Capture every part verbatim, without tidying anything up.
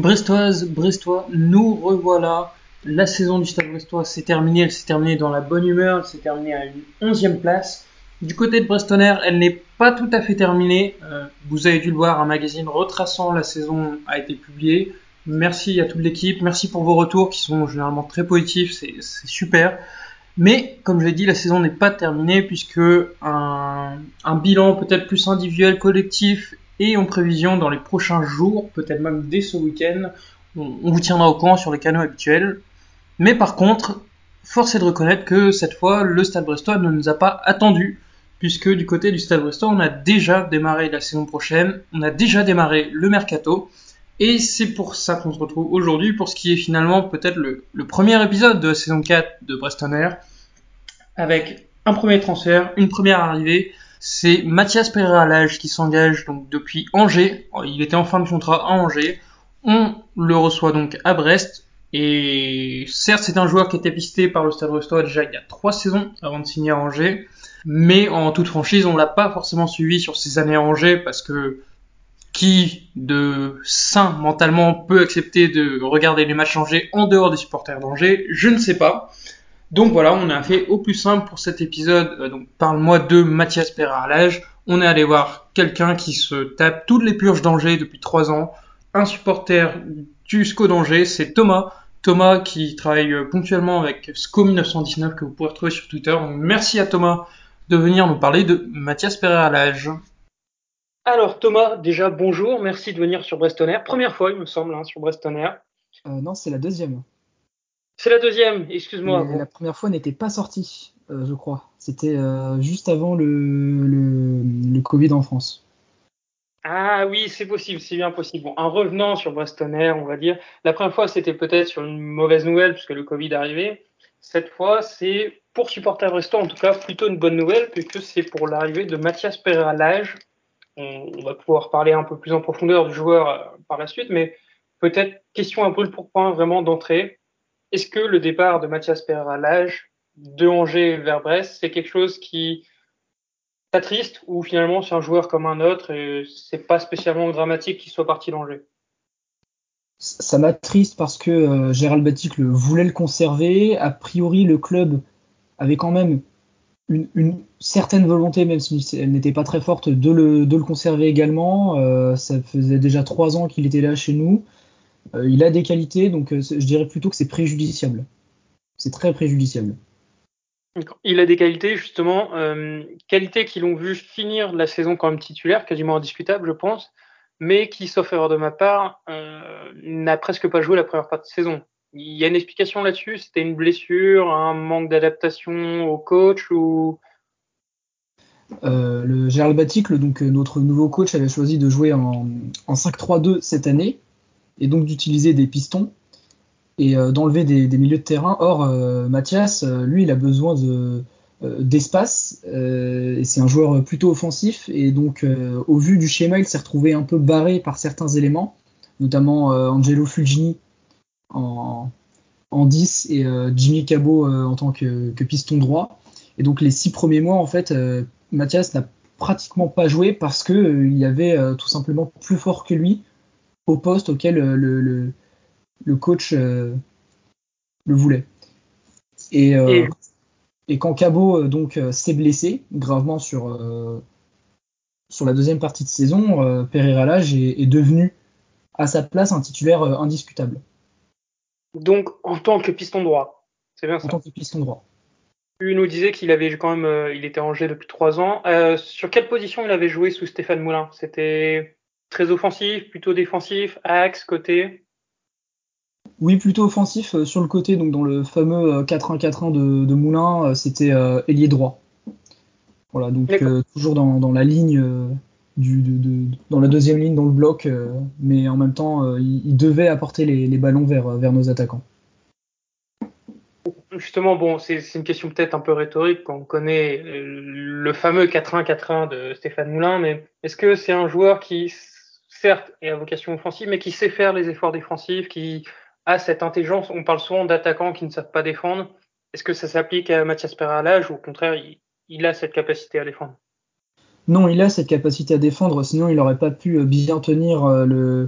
Brestoise, Brestois, nous revoilà. La saison du Stade Brestois s'est terminée, elle s'est terminée dans la bonne humeur, elle s'est terminée à une onzième place. Du côté de Brestonner, elle n'est pas tout à fait terminée. Euh, vous avez dû le voir, un magazine retraçant la saison a été publié. Merci à toute l'équipe, merci pour vos retours qui sont généralement très positifs, c'est, c'est super. Mais, comme je l'ai dit, la saison n'est pas terminée puisque un, un bilan peut-être plus individuel, collectif et en prévision dans les prochains jours, peut-être même dès ce week-end, on, on vous tiendra au courant sur les canaux habituels. Mais par contre, force est de reconnaître que cette fois, le Stade Brestois ne nous a pas attendus, puisque du côté du Stade Brestois, on a déjà démarré la saison prochaine, on a déjà démarré le mercato, et c'est pour ça qu'on se retrouve aujourd'hui, pour ce qui est finalement peut-être le, le premier épisode de la saison quatre de Brestonner, avec un premier transfert, une première arrivée. C'est Mathias Pereira-Lage qui s'engage donc depuis Angers. Il était en fin de contrat à Angers. On le reçoit donc à Brest. Et certes, c'est un joueur qui était pisté par le Stade Brestois déjà il y a trois saisons avant de signer à Angers. Mais en toute franchise, on l'a pas forcément suivi sur ces années à Angers parce que qui de sain mentalement peut accepter de regarder les matchs d'Angers en dehors des supporters d'Angers? Je ne sais pas. Donc voilà, on a fait au plus simple pour cet épisode. Euh, donc parle-moi de Mathias Pereira-Lage. On est allé voir quelqu'un qui se tape toutes les purges d'Angers depuis trois ans. Un supporter du S C O d'Angers, c'est Thomas. Thomas qui travaille euh, ponctuellement avec S C O mille neuf cent dix-neuf que vous pouvez retrouver sur Twitter. Donc merci à Thomas de venir nous parler de Mathias Pereira-Lage. Alors Thomas, déjà bonjour, merci de venir sur Brestonner. Première fois, il me semble, hein, sur Brestonner. Euh, non, c'est la deuxième. C'est la deuxième, excuse-moi. Et Bon. la première fois n'était pas sortie, euh, je crois. C'était euh, juste avant le, le, le Covid en France. Ah oui, c'est possible, c'est bien possible. Bon, en revenant sur Brestonner, on va dire, la première fois c'était peut-être sur une mauvaise nouvelle puisque le Covid arrivait. Cette fois, c'est pour supporter Brestois, en tout cas, plutôt une bonne nouvelle puisque c'est pour l'arrivée de Mathias Pereira-Lage. On, on va pouvoir parler un peu plus en profondeur du joueur euh, par la suite, mais peut-être question un brûle pour point vraiment d'entrée. Est-ce que le départ de Mathias Pereira-Lage de Angers vers Brest, c'est quelque chose qui t'attriste ou finalement c'est un joueur comme un autre et c'est pas spécialement dramatique qu'il soit parti d'Angers? Ça m'attriste parce que euh, Gérald Baticle voulait le conserver. A priori, le club avait quand même une, une certaine volonté, même si elle n'était pas très forte, de le, de le conserver également. Euh, ça faisait déjà trois ans qu'il était là chez nous. Euh, il a des qualités, donc euh, je dirais plutôt que c'est préjudiciable. C'est très préjudiciable. Il a des qualités justement, euh, qualités qui l'ont vu finir la saison quand même titulaire, quasiment indiscutable je pense, mais qui, sauf erreur de ma part, euh, n'a presque pas joué la première partie de saison. Il y a une explication là-dessus? C'était une blessure, un manque d'adaptation au coach ou... Euh, le Gérald Baticle, donc euh, notre nouveau coach, avait choisi de jouer en, en cinq trois deux cette année et donc d'utiliser des pistons et euh, d'enlever des, des milieux de terrain. Or, euh, Mathias, euh, lui, il a besoin de, euh, d'espace euh, et c'est un joueur plutôt offensif et donc euh, au vu du schéma, il s'est retrouvé un peu barré par certains éléments, notamment euh, Angelo Fulgini en, en dix et euh, Jimmy Cabot euh, en tant que, que piston droit. Et donc les six premiers mois, en fait, euh, Mathias n'a pratiquement pas joué parce que euh, il y avait euh, tout simplement plus fort que lui au poste auquel euh, le, le, le coach euh, le voulait. Et, euh, Et et quand Cabot euh, donc euh, s'est blessé gravement sur, euh, sur la deuxième partie de saison, euh, Pereira Lage est, est devenu à sa place un titulaire euh, indiscutable donc en tant que piston droit, c'est bien en tant ça. que piston droit. Tu nous disais qu'il avait quand même, euh, il était en Angers depuis trois ans. Euh, sur quelle position il avait joué sous Stéphane Moulin? C'était très offensif, plutôt défensif, axe, côté? Oui, plutôt offensif euh, sur le côté, donc dans le fameux euh, quatre un quatre un de, de Moulin, euh, c'était euh, ailier droit. Voilà, donc D'accord. euh, toujours dans, dans la ligne euh, du, de, de- dans la deuxième ligne dans le bloc, euh, mais en même temps, euh, il, il devait apporter les, les ballons vers, vers nos attaquants. Justement, bon, c'est c'est une question peut-être un peu rhétorique quand on connaît euh, le fameux quatre un quatre un de Stéphane Moulin, mais est-ce que c'est un joueur qui, certes, est à vocation offensive, mais qui sait faire les efforts défensifs, qui a cette intelligence? On parle souvent d'attaquants qui ne savent pas défendre. Est-ce que ça s'applique à Mathias Pereira ou au contraire, il, il a cette capacité à défendre? Non, il a cette capacité à défendre, sinon il n'aurait pas pu euh, bien tenir euh, le,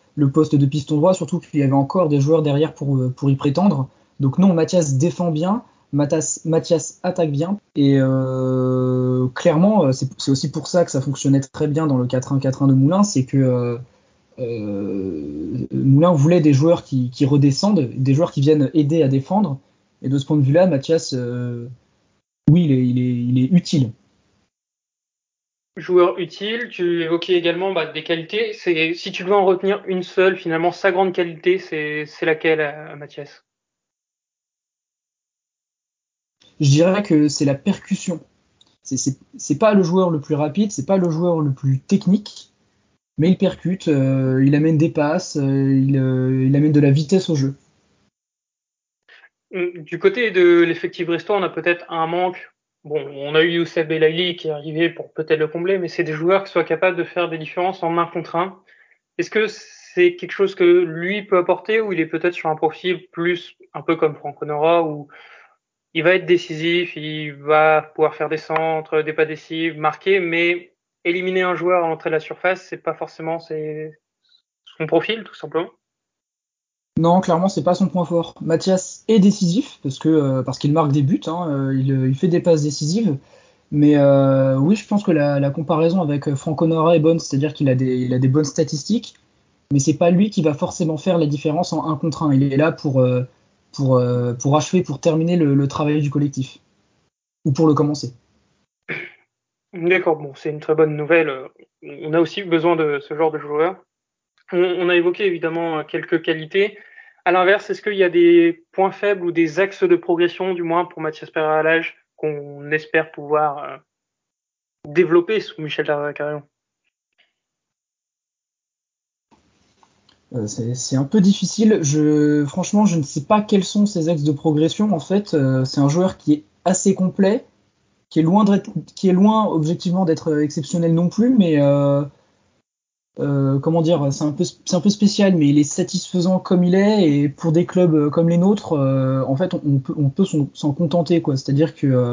le poste de piston droit, surtout qu'il y avait encore des joueurs derrière pour, pour y prétendre. Donc non, Mathias défend bien, Mathias, Mathias attaque bien, et euh, clairement, c'est, c'est aussi pour ça que ça fonctionnait très bien dans le quatre un quatre un de Moulin, c'est que euh, euh, Moulin voulait des joueurs qui, qui redescendent, des joueurs qui viennent aider à défendre, et de ce point de vue-là, Mathias, euh, oui, il est, il est, il est utile. Joueur utile, tu évoquais également bah, des qualités. C'est, si tu devais en retenir une seule, finalement, sa grande qualité, c'est, c'est laquelle, euh, Mathias? Je dirais que c'est la percussion. C'est, c'est, c'est pas le joueur le plus rapide, c'est pas le joueur le plus technique, mais il percute, euh, il amène des passes, euh, il, euh, il amène de la vitesse au jeu. Du côté de l'effectif brestois, on a peut-être un manque. Bon, on a eu Youssef Belaïli qui est arrivé pour peut-être le combler, mais c'est des joueurs qui soient capables de faire des différences en un contre un. Est-ce que c'est quelque chose que lui peut apporter ou il est peut-être sur un profil plus un peu comme Franck Honora où il va être décisif, il va pouvoir faire des centres, des pas décisifs, marquer, mais éliminer un joueur à l'entrée de la surface, c'est pas forcément ses- son profil, tout simplement. Non, clairement, c'est pas son point fort. Mathias est décisif parce que euh, parce qu'il marque des buts, hein, euh, il, il fait des passes décisives. Mais euh, oui, je pense que la, la comparaison avec Franck Honora est bonne, c'est-à-dire qu'il a des, il a des bonnes statistiques, mais c'est pas lui qui va forcément faire la différence en un contre un. Il est là pour euh, pour euh, pour achever, pour terminer le, le travail du collectif ou pour le commencer. D'accord, bon, c'est une très bonne nouvelle. On a aussi besoin de ce genre de joueurs. On, on a évoqué évidemment quelques qualités. À l'inverse, est-ce qu'il y a des points faibles ou des axes de progression, du moins pour Mathias Perra-Lage, qu'on espère pouvoir euh, développer sous Michel Tarzacarion? Euh, c'est, c'est un peu difficile. Je, franchement, je ne sais pas quels sont ses axes de progression. En fait, euh, c'est un joueur qui est assez complet, qui est loin, de, qui est loin objectivement d'être exceptionnel non plus, mais euh, euh, comment dire, c'est un peu, c'est un peu spécial, mais il est satisfaisant comme il est. Et pour des clubs comme les nôtres, euh, en fait, on, on peut, on peut s'en, s'en contenter, quoi. C'est-à-dire que euh,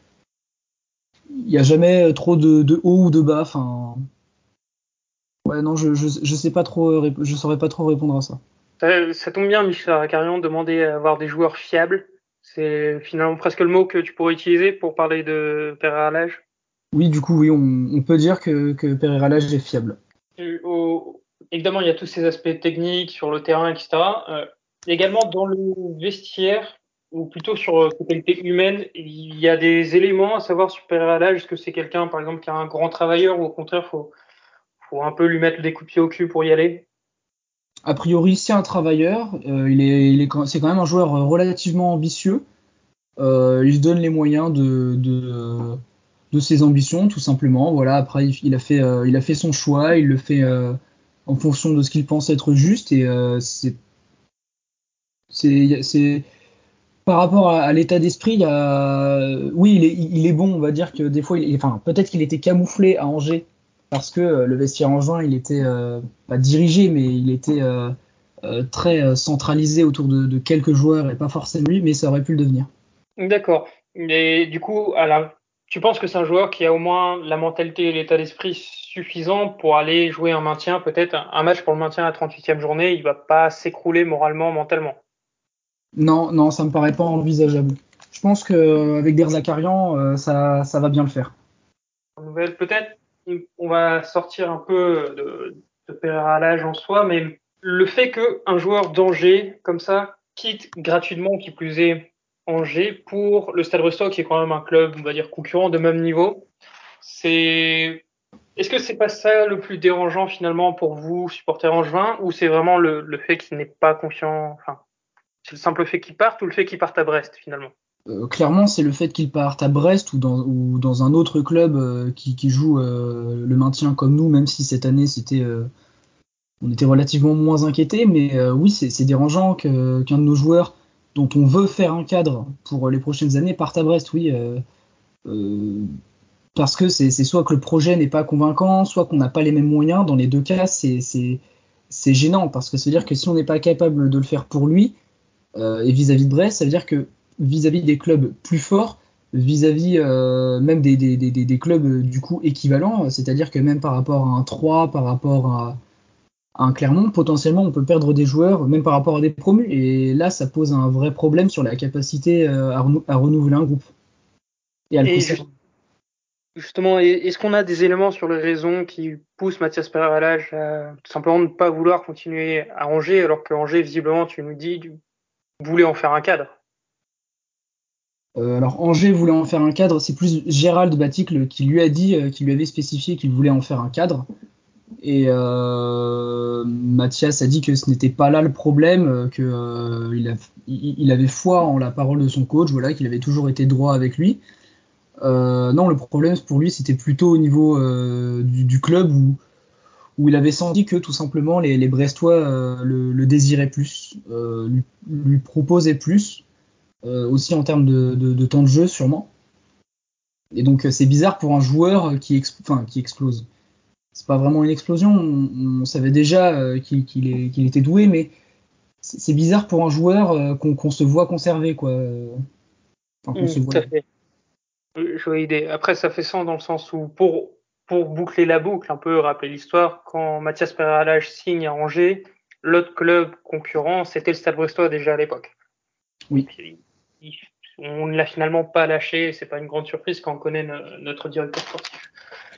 il n'y a jamais trop de, de haut ou de bas. Enfin, ouais, non, je, je, je sais pas trop, je saurais pas trop répondre à ça. Ça, ça tombe bien, Michel Tarzacarion demandait à avoir des joueurs fiables. C'est finalement presque le mot que tu pourrais utiliser pour parler de Perra-Lage. Oui, du coup, oui, on, on peut dire que, que Pereira Lage est fiable. Au- Évidemment, il y a tous ces aspects techniques sur le terrain, et cetera. Euh, également dans le vestiaire, ou plutôt sur euh, ses qualités humaines, il y a des éléments à savoir sur Pereira Lage. Est-ce que c'est quelqu'un, par exemple, qui est un grand travailleur ou au contraire, faut, faut un peu lui mettre des coups de pied au cul pour y aller? A priori, c'est un travailleur. Euh, il est, il est, c'est quand même un joueur relativement ambitieux. Euh, il se donne les moyens de, de, de ses ambitions, tout simplement. Voilà. Après, il, il a fait, euh, il a fait son choix. Il le fait euh, en fonction de ce qu'il pense être juste. Et euh, c'est, c'est, c'est, par rapport à, à l'état d'esprit, il y a, oui, il est, il est bon. On va dire que des fois, il, enfin, peut-être qu'il était camouflé à Angers parce que euh, le vestiaire angevin, il était euh, pas dirigé, mais il était euh, euh, très euh, centralisé autour de, de quelques joueurs et pas forcément lui, mais ça aurait pu le devenir. D'accord. Mais du coup, à la... tu penses que c'est un joueur qui a au moins la mentalité et l'état d'esprit suffisant pour aller jouer un maintien, peut-être un match pour le maintien à la trente-huitième journée, il va pas s'écrouler moralement, mentalement. Non, non, ça me paraît pas envisageable. Je pense qu'avec Derzakarian, euh, ça, ça va bien le faire. Nouvelle, peut-être, on va sortir un peu de, de Pereira à l'âge en soi, mais le fait qu'un joueur d'Angers, comme ça, quitte gratuitement, qui plus est, Angers, pour le Stade Brestois, qui est quand même un club, on va dire, concurrent de même niveau, c'est, est-ce que c'est pas ça le plus dérangeant finalement pour vous, supporters angevins, ou c'est vraiment le, le fait qu'il n'est pas confiant, enfin, c'est le simple fait qu'il parte ou le fait qu'il parte à Brest finalement? Euh, clairement, c'est le fait qu'il parte à Brest ou dans, ou dans un autre club euh, qui, qui joue euh, le maintien comme nous, même si cette année c'était, euh, on était relativement moins inquiétés. Mais euh, oui, c'est, c'est dérangeant que, qu'un de nos joueurs dont on veut faire un cadre pour les prochaines années parte à Brest. Oui, euh, euh, parce que c'est, c'est soit que le projet n'est pas convaincant, soit qu'on n'a pas les mêmes moyens. Dans les deux cas, c'est, c'est, c'est gênant parce que ça veut dire que si on n'est pas capable de le faire pour lui, euh, et vis-à-vis de Brest, ça veut dire que vis-à-vis des clubs plus forts, vis-à-vis euh, même des, des, des, des clubs euh, du coup équivalents, c'est-à-dire que même par rapport à un Troyes, par rapport à à un Clermont, potentiellement on peut perdre des joueurs même par rapport à des promus. Et là, ça pose un vrai problème sur la capacité euh, à, renou- à renouveler un groupe et à le Et conserver. juste- justement, est- est-ce qu'on a des éléments sur les raisons qui poussent Mathias Peralage à tout simplement ne pas vouloir continuer à Angers, alors que Angers, visiblement, tu nous dis, du- voulait en faire un cadre? Euh, alors Angers voulait en faire un cadre, c'est plus Gérald Baticle qui lui a dit, euh, qui lui avait spécifié qu'il voulait en faire un cadre. Et euh, Mathias a dit que ce n'était pas là le problème, euh, que euh, il, a- il- il avait foi en la parole de son coach, voilà, qu'il avait toujours été droit avec lui. Euh, non, le problème pour lui, c'était plutôt au niveau euh, du, du club où, où il avait senti que tout simplement les, les Brestois euh, le, le désiraient plus, euh, lui, lui proposaient plus, euh, aussi en termes de, de, de temps de jeu sûrement. Et donc euh, c'est bizarre pour un joueur qui, ex- enfin, qui explose. C'est pas vraiment une explosion, on, on savait déjà euh, qu'il qu'il est- qu'il était doué, mais c'est c'est bizarre pour un joueur euh, qu'on qu'on se voit conserver, quoi. Enfin, qu'on Hmm, se voit. tout à fait. Euh, Je vois l'idée. Après, ça fait sens dans le sens où, pour, pour boucler la boucle, un peu rappeler l'histoire, quand Mathias Peralage signe à Angers, l'autre club concurrent, c'était le Stade Brestois déjà à l'époque. Oui. Donc, il- il- on ne l'a finalement pas lâché. C'est pas une grande surprise quand on connaît no- notre directeur sportif.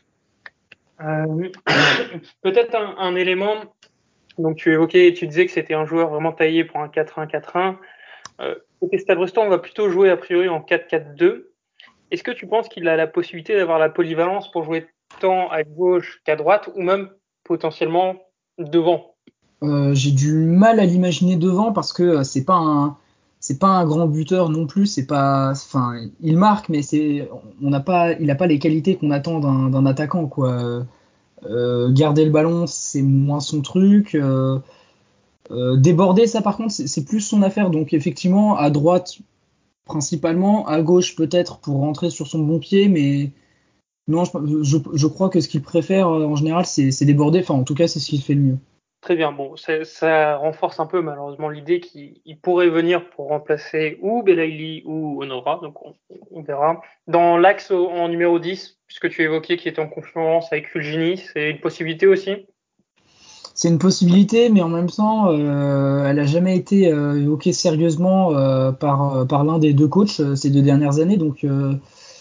Euh, peut-être un, un élément. Donc, tu évoquais, tu disais que c'était un joueur vraiment taillé pour un quatre un quatre un. Euh, côté Stade Brestois, on va plutôt jouer a priori en quatre quatre deux. Est-ce que tu penses qu'il a la possibilité d'avoir la polyvalence pour jouer tant à gauche qu'à droite, ou même potentiellement devant? Euh, j'ai du mal à l'imaginer devant parce que euh, c'est pas un c'est pas un grand buteur non plus, c'est pas enfin il marque mais c'est on n'a pas il a pas les qualités qu'on attend d'un d'un attaquant quoi. Euh, garder le ballon, c'est moins son truc. Euh, euh, déborder, ça par contre, c'est c'est plus son affaire. Donc effectivement, à droite principalement, à gauche peut-être pour rentrer sur son bon pied, mais non, je, je, je crois que ce qu'il préfère euh, en général, c'est c'est déborder. Enfin, en tout cas, c'est ce qu'il fait le mieux. Très bien. Bon, ça, ça renforce un peu malheureusement l'idée qu'il il pourrait venir pour remplacer ou Belaïli ou Honora. Donc on, on verra. Dans l'axe au- en numéro dix, puisque tu évoquais qu'il était en concurrence avec Fulgini, c'est une possibilité aussi? C'est une possibilité, mais en même temps, euh, elle a jamais été euh, évoquée sérieusement euh, par, euh, par l'un des deux coachs euh, ces deux dernières années. Donc euh,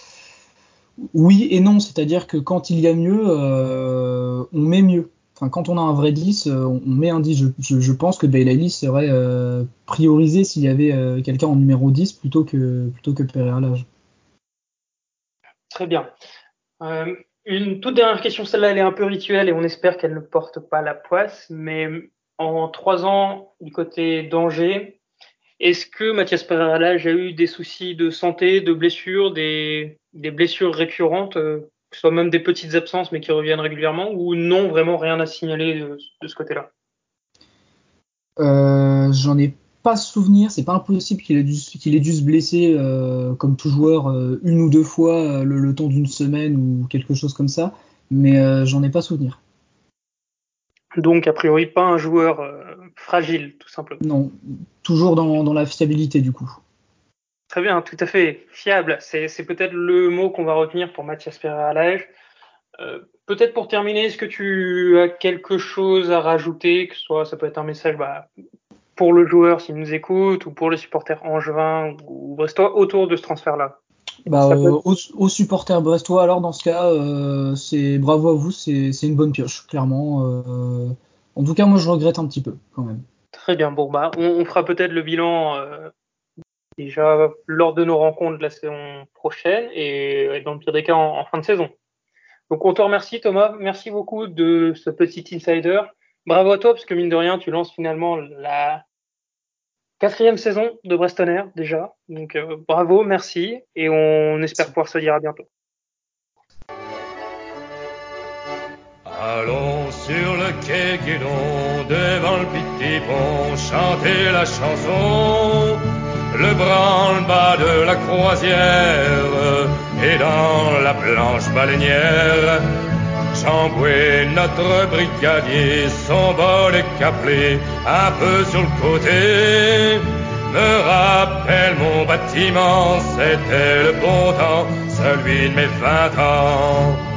oui et non, c'est-à-dire que quand il y a mieux, euh, on met mieux. Enfin, quand on a un vrai dix, euh, on met un dix. Je, je, je pense que Bailey serait euh, priorisé s'il y avait euh, quelqu'un en numéro dix plutôt que, plutôt que Pereira Lage. Très bien. Euh, une toute dernière question, celle-là, elle est un peu rituelle et on espère qu'elle ne porte pas la poisse. Mais en trois ans du côté d'Angers, est-ce que Mathias Peralage a eu des soucis de santé, de blessures, des, des blessures récurrentes, euh, que ce soit même des petites absences mais qui reviennent régulièrement, ou non, vraiment rien à signaler de, de ce côté-là? Euh, j'en ai pas souvenir, c'est pas impossible qu'il ait dû, qu'il ait dû se blesser euh, comme tout joueur euh, une ou deux fois euh, le, le temps d'une semaine ou quelque chose comme ça, mais euh, j'en ai pas souvenir. Donc, a priori, pas un joueur euh, fragile, tout simplement. Non, toujours dans, dans la fiabilité du coup. Très bien, tout à fait. Fiable, c'est, c'est peut-être le mot qu'on va retenir pour Mathias Peralage. Euh, peut-être pour terminer, est-ce que tu as quelque chose à rajouter, que ce soit, ça peut être un message bah, pour le joueur s'il nous écoute, ou pour les supporters angevins ou brestois autour de ce transfert-là? Bah, Ça peut euh, aux, aux supporters brestois, alors dans ce cas, euh, c'est bravo à vous, c'est c'est une bonne pioche, clairement. Euh, en tout cas, moi, je regrette un petit peu quand même. très bien. Bon, bah, on, on fera peut-être le bilan euh, déjà lors de nos rencontres de la saison prochaine et, et dans le pire des cas en, en fin de saison. Donc, on te remercie, Thomas. Merci beaucoup de ce petit insider. Bravo à toi, parce que mine de rien, tu lances finalement la quatrième saison de Brestonner déjà. Donc, euh, bravo, merci. Et on espère pouvoir se dire à bientôt. Allons sur le quai Guédon, devant le petit pont, chanter la chanson. Le branle-bas de la croisière et dans la planche baleinière. Jean-Boué, notre brigadier, son bol est caplé un peu sur le côté. Me rappelle mon bâtiment, c'était le bon temps, celui de mes vingt ans.